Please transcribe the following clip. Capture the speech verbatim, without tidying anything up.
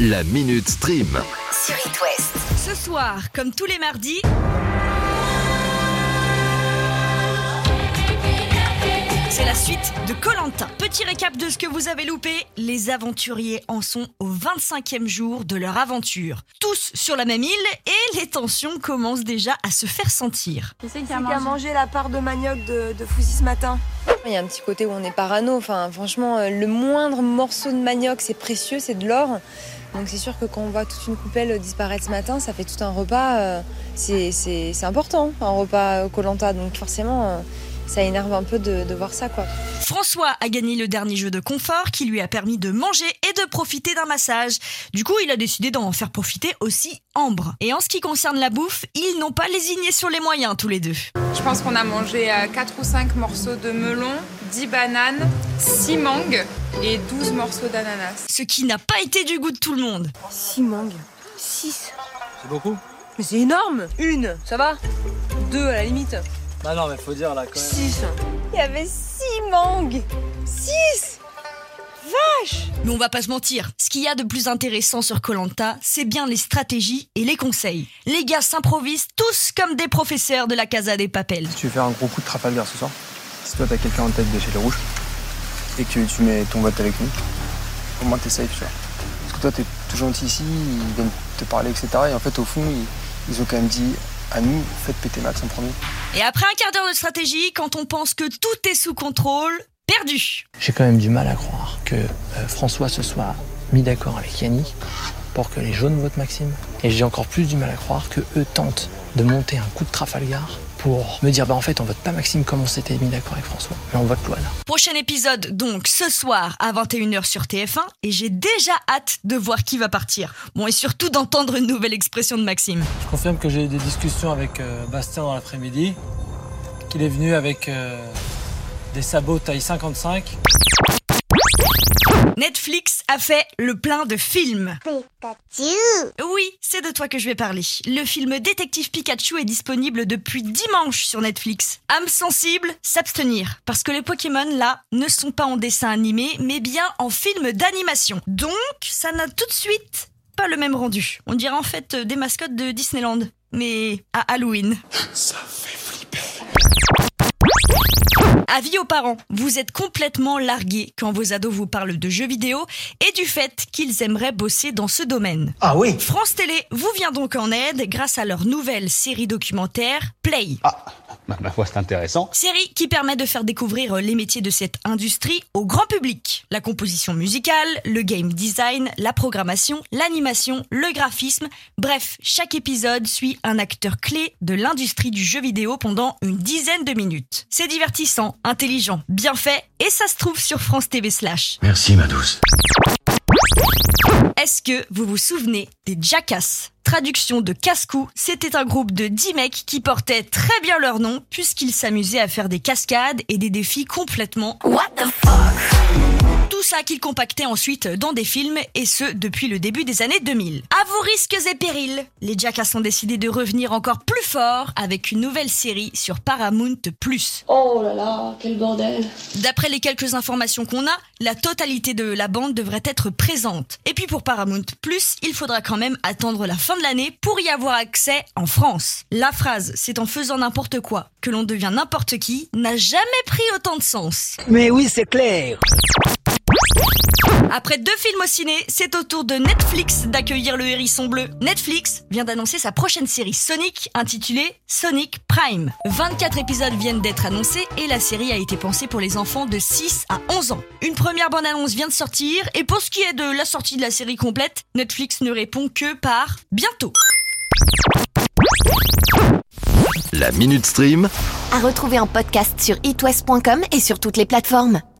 La Minute Stream. Sur It West. Ce soir, comme tous les mardis, c'est la suite de Koh-Lanta. Petit récap de ce que vous avez loupé. Les aventuriers en sont au vingt-cinquième jour de leur aventure. Tous sur la même île et les tensions commencent déjà à se faire sentir. Qui c'est qui a mangé, mangé la part de manioc de, de Foussy ce matin? Il y a un petit côté où on est parano. Enfin, franchement, le moindre morceau de manioc, c'est précieux, c'est de l'or. Donc c'est sûr que quand on voit toute une coupelle disparaître ce matin, ça fait tout un repas. Euh, c'est, c'est, c'est important, un repas Koh-Lanta. Donc forcément, euh, ça énerve un peu de, de voir ça, quoi. François a gagné le dernier jeu de confort qui lui a permis de manger et de profiter d'un massage. Du coup, il a décidé d'en faire profiter aussi Ambre. Et en ce qui concerne la bouffe, ils n'ont pas lésiné sur les moyens tous les deux. Je pense qu'on a mangé quatre ou cinq morceaux de melon, dix bananes, six mangues et douze morceaux d'ananas. Ce qui n'a pas été du goût de tout le monde. six mangues, six. C'est beaucoup? Mais c'est énorme. Une, ça va? Deux à la limite. Bah non, mais faut dire là quand même. six. Il y avait six mangues. Six. Vache. Mais on va pas se mentir, ce qu'il y a de plus intéressant sur Koh-Lanta, c'est bien les stratégies et les conseils. Les gars s'improvisent tous comme des professeurs de la Casa des Papel. Si tu veux faire un gros coup de Trafalgar ce soir, si toi t'as quelqu'un en tête de chez les Rouges et que tu mets ton vote avec nous, au moins t'es safe, tu vois. Parce que toi t'es tout gentil ici, ils viennent te parler, et cetera. Et en fait au fond, ils, ils ont quand même dit à nous, faites péter Max en premier. Et après un quart d'heure de stratégie, quand on pense que tout est sous contrôle, perdu. J'ai quand même du mal à croire que euh, François se soit mis d'accord avec Yannick pour que les jaunes votent Maxime. Et j'ai encore plus du mal à croire que eux tentent de monter un coup de Trafalgar pour me dire bah en fait on vote pas Maxime comme on s'était mis d'accord avec François, mais on vote Loana. Prochain épisode donc ce soir à vingt et une heures sur T F un et j'ai déjà hâte de voir qui va partir. Bon et surtout d'entendre une nouvelle expression de Maxime. Je confirme que j'ai eu des discussions avec euh, Bastien dans l'après-midi, qu'il est venu avec euh, des sabots taille cinquante-cinq. Netflix a fait le plein de films. Pikachu. Oui, c'est de toi que je vais parler. Le film Détective Pikachu est disponible depuis dimanche sur Netflix. Âme sensible, s'abstenir. Parce que les Pokémon, là, ne sont pas en dessin animé, mais bien en film d'animation. Donc, ça n'a tout de suite pas le même rendu. On dirait en fait des mascottes de Disneyland, mais à Halloween. Ça fait flipper. Avis aux parents, vous êtes complètement largués quand vos ados vous parlent de jeux vidéo et du fait qu'ils aimeraient bosser dans ce domaine. Ah oui. France Télé vous vient donc en aide grâce à leur nouvelle série documentaire Play. Ah, ma, ma foi, c'est intéressant. Série qui permet de faire découvrir les métiers de cette industrie au grand public. La composition musicale, le game design, la programmation, l'animation, le graphisme. Bref, chaque épisode suit un acteur clé de l'industrie du jeu vidéo pendant une dizaine de minutes. C'est divertissant, intelligent, bien fait et ça se trouve sur France T V slash. Merci ma douce. Est-ce que vous vous souvenez des Jackass ? Traduction de casse-cou, c'était un groupe de dix mecs qui portaient très bien leur nom puisqu'ils s'amusaient à faire des cascades et des défis complètement what the fuck. Tout ça qu'ils compactaient ensuite dans des films et ce depuis le début des années deux mille. À vos risques et périls, les Jackass ont décidé de revenir encore plus fort avec une nouvelle série sur Paramount plus. Oh là là, quel bordel. D'après les quelques informations qu'on a, la totalité de la bande devrait être présente. Et puis pour Paramount plus, il faudra quand même attendre la fin de l'année pour y avoir accès en France. La phrase « c'est en faisant n'importe quoi que l'on devient n'importe qui » n'a jamais pris autant de sens. Mais oui, c'est clair. Après deux films au ciné, c'est au tour de Netflix d'accueillir le hérisson bleu. Netflix vient d'annoncer sa prochaine série Sonic, intitulée Sonic Prime. vingt-quatre épisodes viennent d'être annoncés et la série a été pensée pour les enfants de six à onze ans. Une première bande-annonce vient de sortir et pour ce qui est de la sortie de la série complète, Netflix ne répond que par bientôt. La Minute Stream. À retrouver en podcast sur it west point com et sur toutes les plateformes.